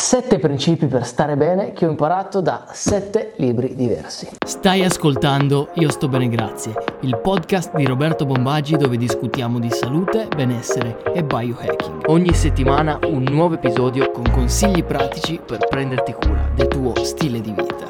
7 principi per stare bene che ho imparato da 7 libri diversi. Stai ascoltando Io sto bene grazie, il podcast di Roberto Bombaggi dove discutiamo di salute, benessere e biohacking. Ogni settimana un nuovo episodio con consigli pratici per prenderti cura del tuo stile di vita.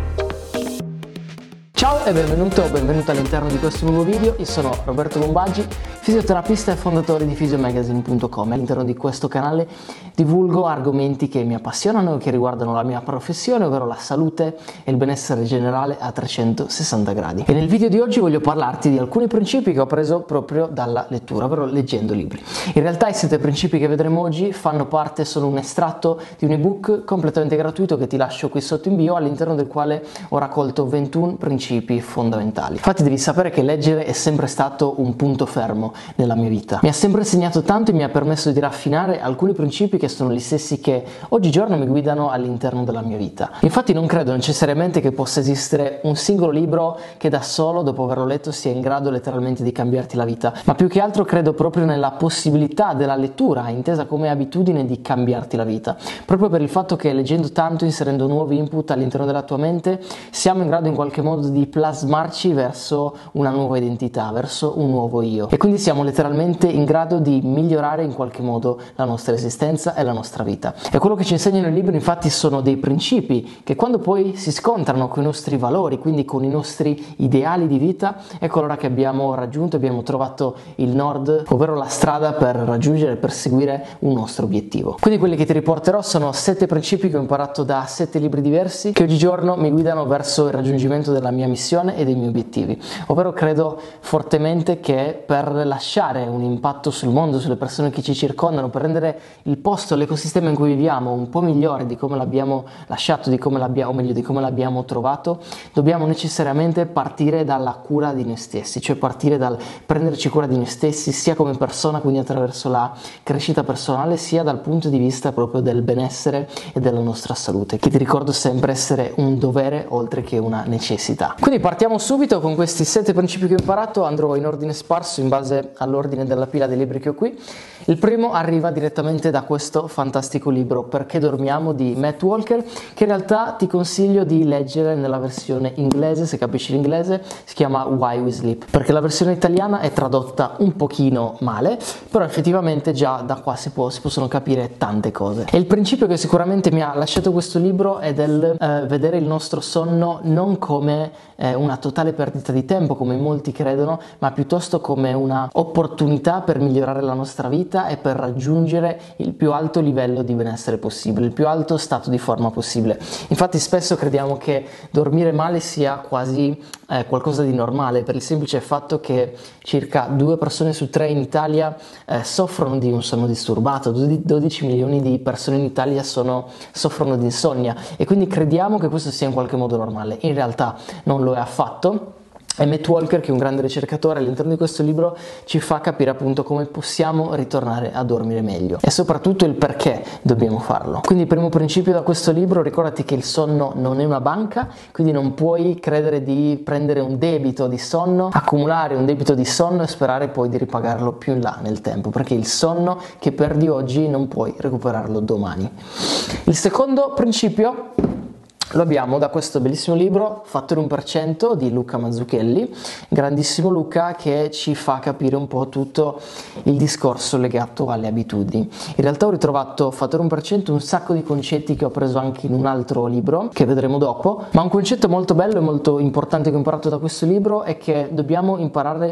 Ciao e benvenuto o benvenuta all'interno di questo nuovo video. Io sono Roberto Bombaggi, fisioterapista e fondatore di Physiomagazine.com. All'interno di questo canale divulgo argomenti che mi appassionano e che riguardano la mia professione, ovvero la salute e il benessere generale a 360 gradi. E nel video di oggi voglio parlarti di alcuni principi che ho preso proprio dalla lettura, ovvero leggendo libri. In realtà i 7 principi che vedremo oggi fanno parte, sono un estratto di un ebook completamente gratuito che ti lascio qui sotto in bio, all'interno del quale ho raccolto 21 principi fondamentali. Infatti devi sapere che leggere è sempre stato un punto fermo nella mia vita. Mi ha sempre insegnato tanto e mi ha permesso di raffinare alcuni principi che sono gli stessi che oggigiorno mi guidano all'interno della mia vita. Infatti non credo necessariamente che possa esistere un singolo libro che da solo, dopo averlo letto, sia in grado letteralmente di cambiarti la vita, ma più che altro credo proprio nella possibilità della lettura, intesa come abitudine, di cambiarti la vita. Proprio per il fatto che leggendo tanto, inserendo nuovi input all'interno della tua mente, siamo in grado in qualche modo di plasmarci verso una nuova identità, verso un nuovo io, e quindi siamo letteralmente in grado di migliorare in qualche modo la nostra esistenza e la nostra vita. E quello che ci insegnano i libri infatti sono dei principi che quando poi si scontrano con i nostri valori, quindi con i nostri ideali di vita, ecco allora che abbiamo raggiunto, abbiamo trovato il nord, ovvero la strada per raggiungere e perseguire un nostro obiettivo. Quindi quelli che ti riporterò sono 7 principi che ho imparato da 7 libri diversi che oggigiorno mi guidano verso il raggiungimento della mia missione e dei miei obiettivi, ovvero credo fortemente che per lasciare un impatto sul mondo, sulle persone che ci circondano, per rendere il posto, l'ecosistema in cui viviamo un po' migliore di come l'abbiamo lasciato, di come l'abbiamo, o meglio di come l'abbiamo trovato, dobbiamo necessariamente partire dalla cura di noi stessi, cioè partire dal prenderci cura di noi stessi sia come persona, quindi attraverso la crescita personale, sia dal punto di vista proprio del benessere e della nostra salute, che ti ricordo sempre essere un dovere oltre che una necessità. Quindi partiamo subito con questi 7 principi che ho imparato, andrò in ordine sparso in base all'ordine della pila dei libri che ho qui. Il primo arriva direttamente da questo fantastico libro, Perché dormiamo, di Matt Walker, che in realtà ti consiglio di leggere nella versione inglese, se capisci l'inglese, si chiama Why We Sleep, perché la versione italiana è tradotta un pochino male, però effettivamente già da qua si possono capire tante cose. E il principio che sicuramente mi ha lasciato questo libro è del vedere il nostro sonno non come una totale perdita di tempo, come molti credono, ma piuttosto come una opportunità per migliorare la nostra vita e per raggiungere il più alto livello di benessere possibile, il più alto stato di forma possibile. Infatti spesso crediamo che dormire male sia quasi qualcosa di normale, per il semplice fatto che circa 2 persone su 3 in Italia soffrono di un sonno disturbato, 12 milioni di persone in Italia soffrono di insonnia, e quindi crediamo che questo sia in qualche modo normale. In realtà non lo è affatto. E Matt Walker, che è un grande ricercatore, all'interno di questo libro ci fa capire appunto come possiamo ritornare a dormire meglio e soprattutto il perché dobbiamo farlo. Quindi il primo principio da questo libro: ricordati che il sonno non è una banca, quindi non puoi credere di prendere un debito di sonno, accumulare un debito di sonno e sperare poi di ripagarlo più in là nel tempo, perché il sonno che perdi oggi non puoi recuperarlo domani. Il secondo principio lo abbiamo da questo bellissimo libro, Fattore 1% di Luca Mazzucchelli, grandissimo Luca, che ci fa capire un po' tutto il discorso legato alle abitudini. In realtà ho ritrovato Fattore 1% un sacco di concetti che ho preso anche in un altro libro, che vedremo dopo, ma un concetto molto bello e molto importante che ho imparato da questo libro è che dobbiamo imparare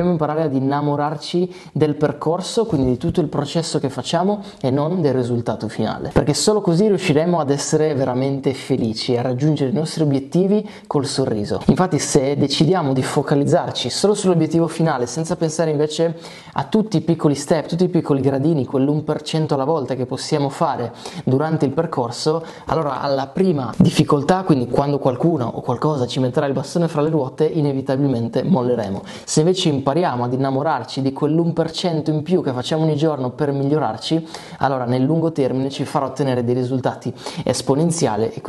ad innamorarci del percorso, quindi di tutto il processo che facciamo e non del risultato finale, perché solo così riusciremo ad essere veramente felici e a raggiungere i nostri obiettivi col sorriso. Infatti, se decidiamo di focalizzarci solo sull'obiettivo finale senza pensare invece a tutti i piccoli step, tutti i piccoli gradini, quell'1% alla volta che possiamo fare durante il percorso, allora alla prima difficoltà, quindi quando qualcuno o qualcosa ci metterà il bastone fra le ruote, inevitabilmente molleremo. Se invece impariamo ad innamorarci di quell'1% in più che facciamo ogni giorno per migliorarci, allora nel lungo termine ci farà ottenere dei risultati esponenziali e quindi raggiungere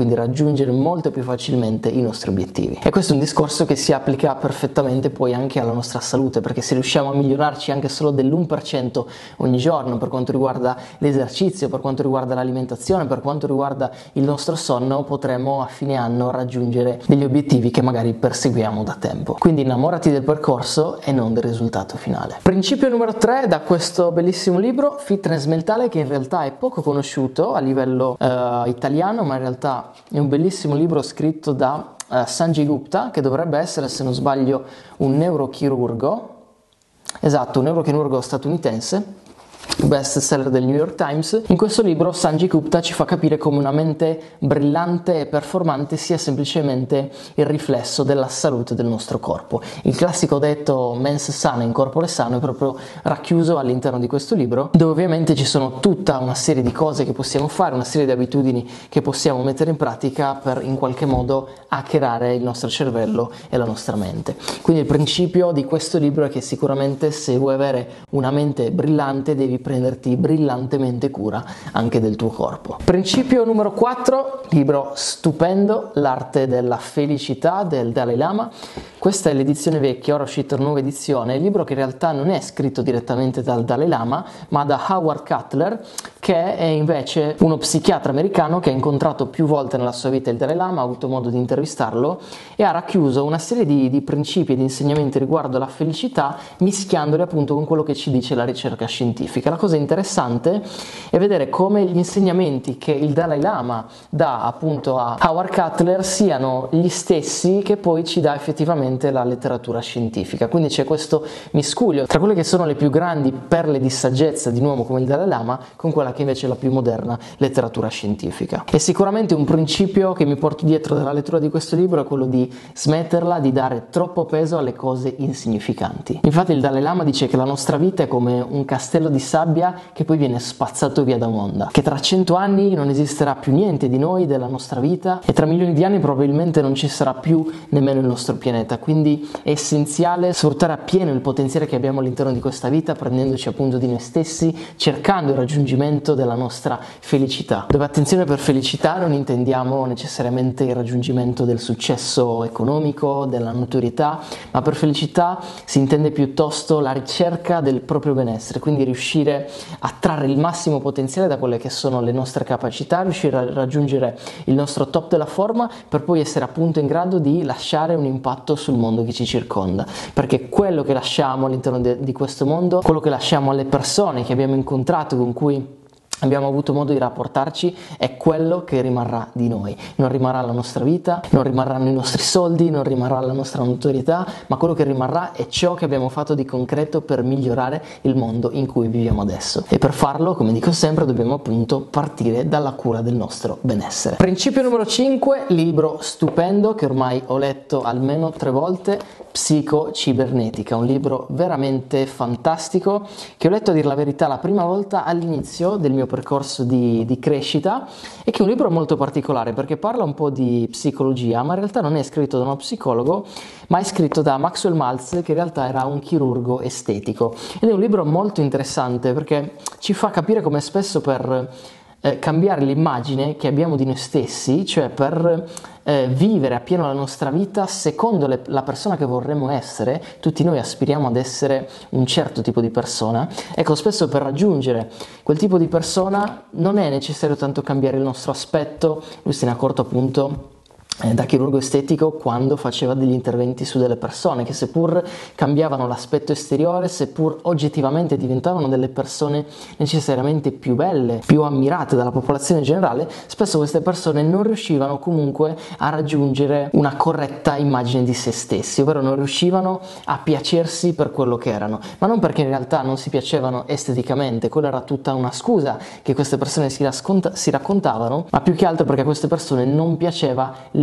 raggiungere molto più facilmente i nostri obiettivi. E questo è un discorso che si applica perfettamente poi anche alla nostra salute, perché se riusciamo a migliorarci anche solo dell'1% ogni giorno per quanto riguarda l'esercizio, per quanto riguarda l'alimentazione, per quanto riguarda il nostro sonno, potremo a fine anno raggiungere degli obiettivi che magari perseguiamo da tempo. Quindi innamorati del percorso e non del risultato finale. Principio numero 3 da questo bellissimo libro, Fitness Mentale, che in realtà è poco conosciuto a livello italiano, ma in realtà è un bellissimo libro scritto da Sanjay Gupta, che dovrebbe essere, se non sbaglio, un neurochirurgo, esatto, un neurochirurgo statunitense, best seller del New York Times. In questo libro Sanjay Gupta ci fa capire come una mente brillante e performante sia semplicemente il riflesso della salute del nostro corpo. Il classico detto mens sana in corpore sano è proprio racchiuso all'interno di questo libro, dove ovviamente ci sono tutta una serie di cose che possiamo fare, una serie di abitudini che possiamo mettere in pratica per in qualche modo hackerare il nostro cervello e la nostra mente. Quindi il principio di questo libro è che sicuramente se vuoi avere una mente brillante devi prenderti brillantemente cura anche del tuo corpo. Principio numero 4, libro stupendo, L'arte della felicità del Dalai Lama. Questa è l'edizione vecchia, ora è uscita una nuova edizione, il libro che in realtà non è scritto direttamente dal Dalai Lama, ma da Howard Cutler, che è invece uno psichiatra americano che ha incontrato più volte nella sua vita il Dalai Lama, ha avuto modo di intervistarlo e ha racchiuso una serie di principi e di insegnamenti riguardo alla felicità, mischiandoli appunto con quello che ci dice la ricerca scientifica. La cosa interessante è vedere come gli insegnamenti che il Dalai Lama dà appunto a Howard Cutler siano gli stessi che poi ci dà effettivamente la letteratura scientifica. Quindi c'è questo miscuglio tra quelle che sono le più grandi perle di saggezza di un uomo come il Dalai Lama con quella che invece è la più moderna letteratura scientifica. E sicuramente un principio che mi porto dietro dalla lettura di questo libro è quello di smetterla di dare troppo peso alle cose insignificanti. Infatti il Dalai Lama dice che la nostra vita è come un castello di sabbia che poi viene spazzato via da un'onda, che tra 100 anni non esisterà più niente di noi, della nostra vita, e tra milioni di anni probabilmente non ci sarà più nemmeno il nostro pianeta. Quindi è essenziale sfruttare appieno il potenziale che abbiamo all'interno di questa vita, prendendoci appunto di noi stessi, cercando il raggiungimento della nostra felicità, dove attenzione, per felicità non intendiamo necessariamente il raggiungimento del successo economico, della notorietà, ma per felicità si intende piuttosto la ricerca del proprio benessere, quindi riuscire a trarre il massimo potenziale da quelle che sono le nostre capacità, riuscire a raggiungere il nostro top della forma per poi essere appunto in grado di lasciare un impatto sul mondo che ci circonda, perché quello che lasciamo all'interno di questo mondo, quello che lasciamo alle persone che abbiamo incontrato, con cui abbiamo avuto modo di rapportarci, è quello che rimarrà di noi. Non rimarrà la nostra vita, non rimarranno i nostri soldi, non rimarrà la nostra notorietà, ma quello che rimarrà è ciò che abbiamo fatto di concreto per migliorare il mondo in cui viviamo adesso. E per farlo, come dico sempre, dobbiamo appunto partire dalla cura del nostro benessere. Principio numero 5, libro stupendo che ormai ho letto almeno 3 volte, Psicocibernetica, un libro veramente fantastico che ho letto, a dir la verità, la prima volta all'inizio del mio percorso di crescita, e che è un libro molto particolare perché parla un po' di psicologia, ma in realtà non è scritto da uno psicologo, ma è scritto da Maxwell Maltz, che in realtà era un chirurgo estetico, ed è un libro molto interessante perché ci fa capire come spesso per cambiare l'immagine che abbiamo di noi stessi, cioè per vivere appieno la nostra vita secondo la persona che vorremmo essere. Tutti noi aspiriamo ad essere un certo tipo di persona, ecco, spesso per raggiungere quel tipo di persona non è necessario tanto cambiare il nostro aspetto. Lui se ne è accorto appunto da chirurgo estetico quando faceva degli interventi su delle persone che, seppur cambiavano l'aspetto esteriore, seppur oggettivamente diventavano delle persone necessariamente più belle, più ammirate dalla popolazione in generale, spesso queste persone non riuscivano comunque a raggiungere una corretta immagine di se stessi, ovvero non riuscivano a piacersi per quello che erano, ma non perché in realtà non si piacevano esteticamente, quella era tutta una scusa che queste persone si raccontavano, ma più che altro perché a queste persone non piaceva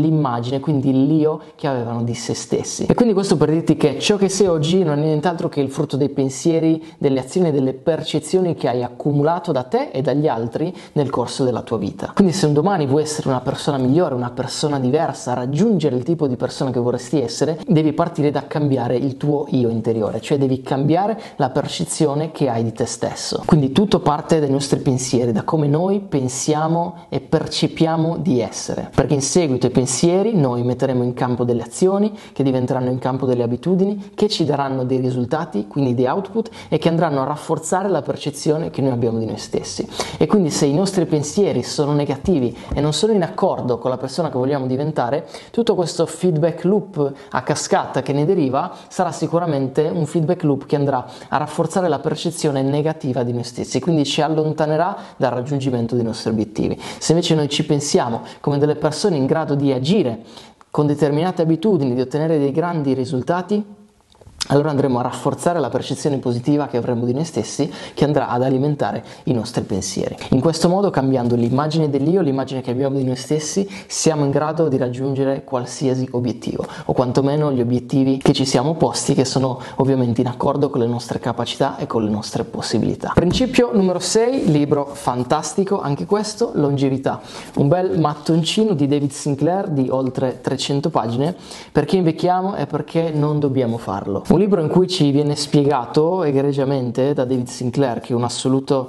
l'immagine, quindi l'io che avevano di se stessi. E quindi questo per dirti che ciò che sei oggi non è nient'altro che il frutto dei pensieri, delle azioni e delle percezioni che hai accumulato da te e dagli altri nel corso della tua vita. Quindi se un domani vuoi essere una persona migliore, una persona diversa, raggiungere il tipo di persona che vorresti essere, devi partire da cambiare il tuo io interiore, cioè devi cambiare la percezione che hai di te stesso. Quindi tutto parte dai nostri pensieri, da come noi pensiamo e percepiamo di essere, perché in seguito ai pensieri noi metteremo in campo delle azioni che diventeranno in campo delle abitudini che ci daranno dei risultati, quindi dei output, e che andranno a rafforzare la percezione che noi abbiamo di noi stessi. E quindi se i nostri pensieri sono negativi e non sono in accordo con la persona che vogliamo diventare, tutto questo feedback loop a cascata che ne deriva sarà sicuramente un feedback loop che andrà a rafforzare la percezione negativa di noi stessi, quindi ci allontanerà dal raggiungimento dei nostri obiettivi. Se invece noi ci pensiamo come delle persone in grado di agire con determinate abitudini, di ottenere dei grandi risultati, allora andremo a rafforzare la percezione positiva che avremo di noi stessi, che andrà ad alimentare i nostri pensieri. In questo modo, cambiando l'immagine dell'io, l'immagine che abbiamo di noi stessi, siamo in grado di raggiungere qualsiasi obiettivo, o quantomeno gli obiettivi che ci siamo posti, che sono ovviamente in accordo con le nostre capacità e con le nostre possibilità. Principio numero 6, libro fantastico, anche questo, Longevità. Un bel mattoncino di David Sinclair di oltre 300 pagine, perché invecchiamo e perché non dobbiamo farlo. Un libro in cui ci viene spiegato egregiamente da David Sinclair, che è un assoluto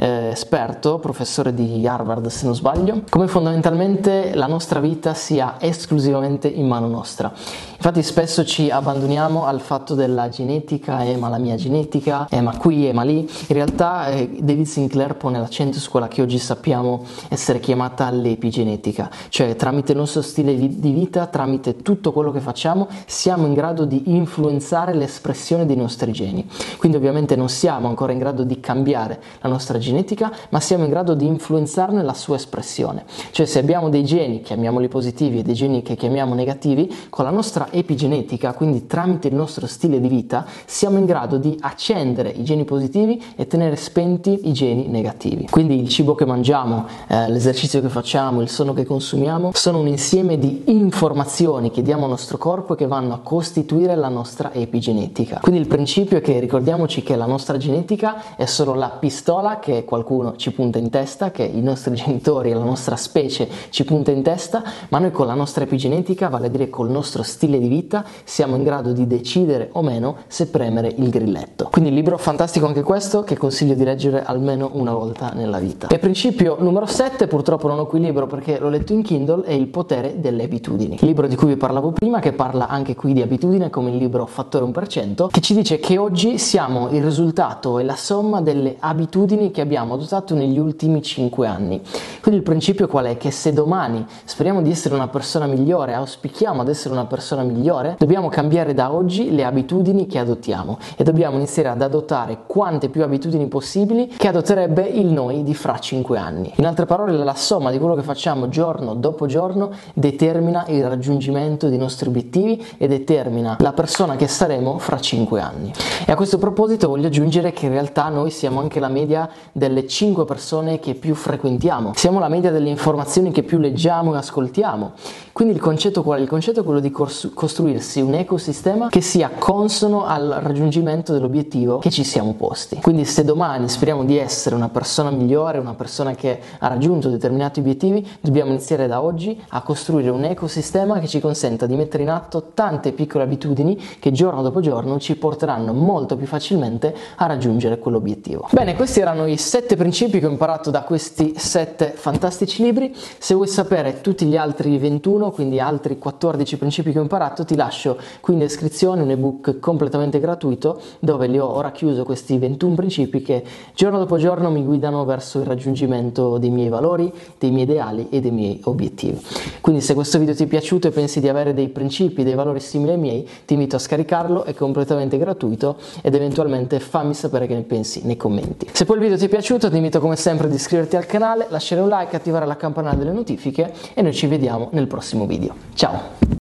esperto, professore di Harvard se non sbaglio, come fondamentalmente la nostra vita sia esclusivamente in mano nostra. Infatti spesso ci abbandoniamo al fatto della genetica, ma la mia genetica, ma qui, ma lì. In realtà David Sinclair pone l'accento su quella che oggi sappiamo essere chiamata l'epigenetica, cioè tramite il nostro stile di vita, tramite tutto quello che facciamo, siamo in grado di influenzare l'espressione dei nostri geni. Quindi ovviamente non siamo ancora in grado di cambiare la nostra genetica, ma siamo in grado di influenzarne la sua espressione. Cioè se abbiamo dei geni, chiamiamoli positivi, e dei geni che chiamiamo negativi, con la nostra epigenetica, quindi tramite il nostro stile di vita, siamo in grado di accendere i geni positivi e tenere spenti i geni negativi. Quindi il cibo che mangiamo, l'esercizio che facciamo, il sonno che consumiamo, sono un insieme di informazioni che diamo al nostro corpo e che vanno a costituire la nostra epigenetica. Quindi il principio è che ricordiamoci che la nostra genetica è solo la pistola che qualcuno ci punta in testa, che i nostri genitori e la nostra specie ci punta in testa, ma noi con la nostra epigenetica, vale a dire col nostro stile di vita, siamo in grado di decidere o meno se premere il grilletto. Quindi libro fantastico anche questo, che consiglio di leggere almeno una volta nella vita. E principio numero 7, purtroppo non ho qui il libro perché l'ho letto in Kindle, è Il potere delle abitudini. Il libro di cui vi parlavo prima, che parla anche qui di abitudine, come il libro Fattore 1%, che ci dice che oggi siamo il risultato e la somma delle abitudini che abbiamo adottato negli ultimi 5 anni. Quindi il principio qual è? Che se domani speriamo di essere una persona migliore, auspichiamo ad essere una persona migliore, dobbiamo cambiare da oggi le abitudini che adottiamo e dobbiamo iniziare ad adottare quante più abitudini possibili che adotterebbe il noi di fra 5 anni. In altre parole, la somma di quello che facciamo giorno dopo giorno determina il raggiungimento dei nostri obiettivi e determina la persona che saremo fra 5 anni. E a questo proposito voglio aggiungere che in realtà noi siamo anche la media delle 5 persone che più frequentiamo, siamo la media delle informazioni che più leggiamo e ascoltiamo. Quindi il concetto qual è? Il concetto è quello di costruirsi un ecosistema che sia consono al raggiungimento dell'obiettivo che ci siamo posti. Quindi se domani speriamo di essere una persona migliore, una persona che ha raggiunto determinati obiettivi, dobbiamo iniziare da oggi a costruire un ecosistema che ci consenta di mettere in atto tante piccole abitudini che giorno dopo giorno ci porteranno molto più facilmente a raggiungere quell'obiettivo. Bene, questi erano i 7 principi che ho imparato da questi 7 fantastici libri. Se vuoi sapere tutti gli altri 21, quindi altri 14 principi che ho imparato, ti lascio qui in descrizione un ebook completamente gratuito dove li ho racchiuso questi 21 principi che giorno dopo giorno mi guidano verso il raggiungimento dei miei valori, dei miei ideali e dei miei obiettivi. Quindi se questo video ti è piaciuto e pensi di avere dei principi, dei valori simili ai miei, ti invito a scaricarlo, è completamente gratuito, ed eventualmente fammi sapere che ne pensi nei commenti. Se poi il video ti è piaciuto ti invito come sempre ad iscriverti al canale, lasciare un like, attivare la campanella delle notifiche e noi ci vediamo nel prossimo video. Ciao!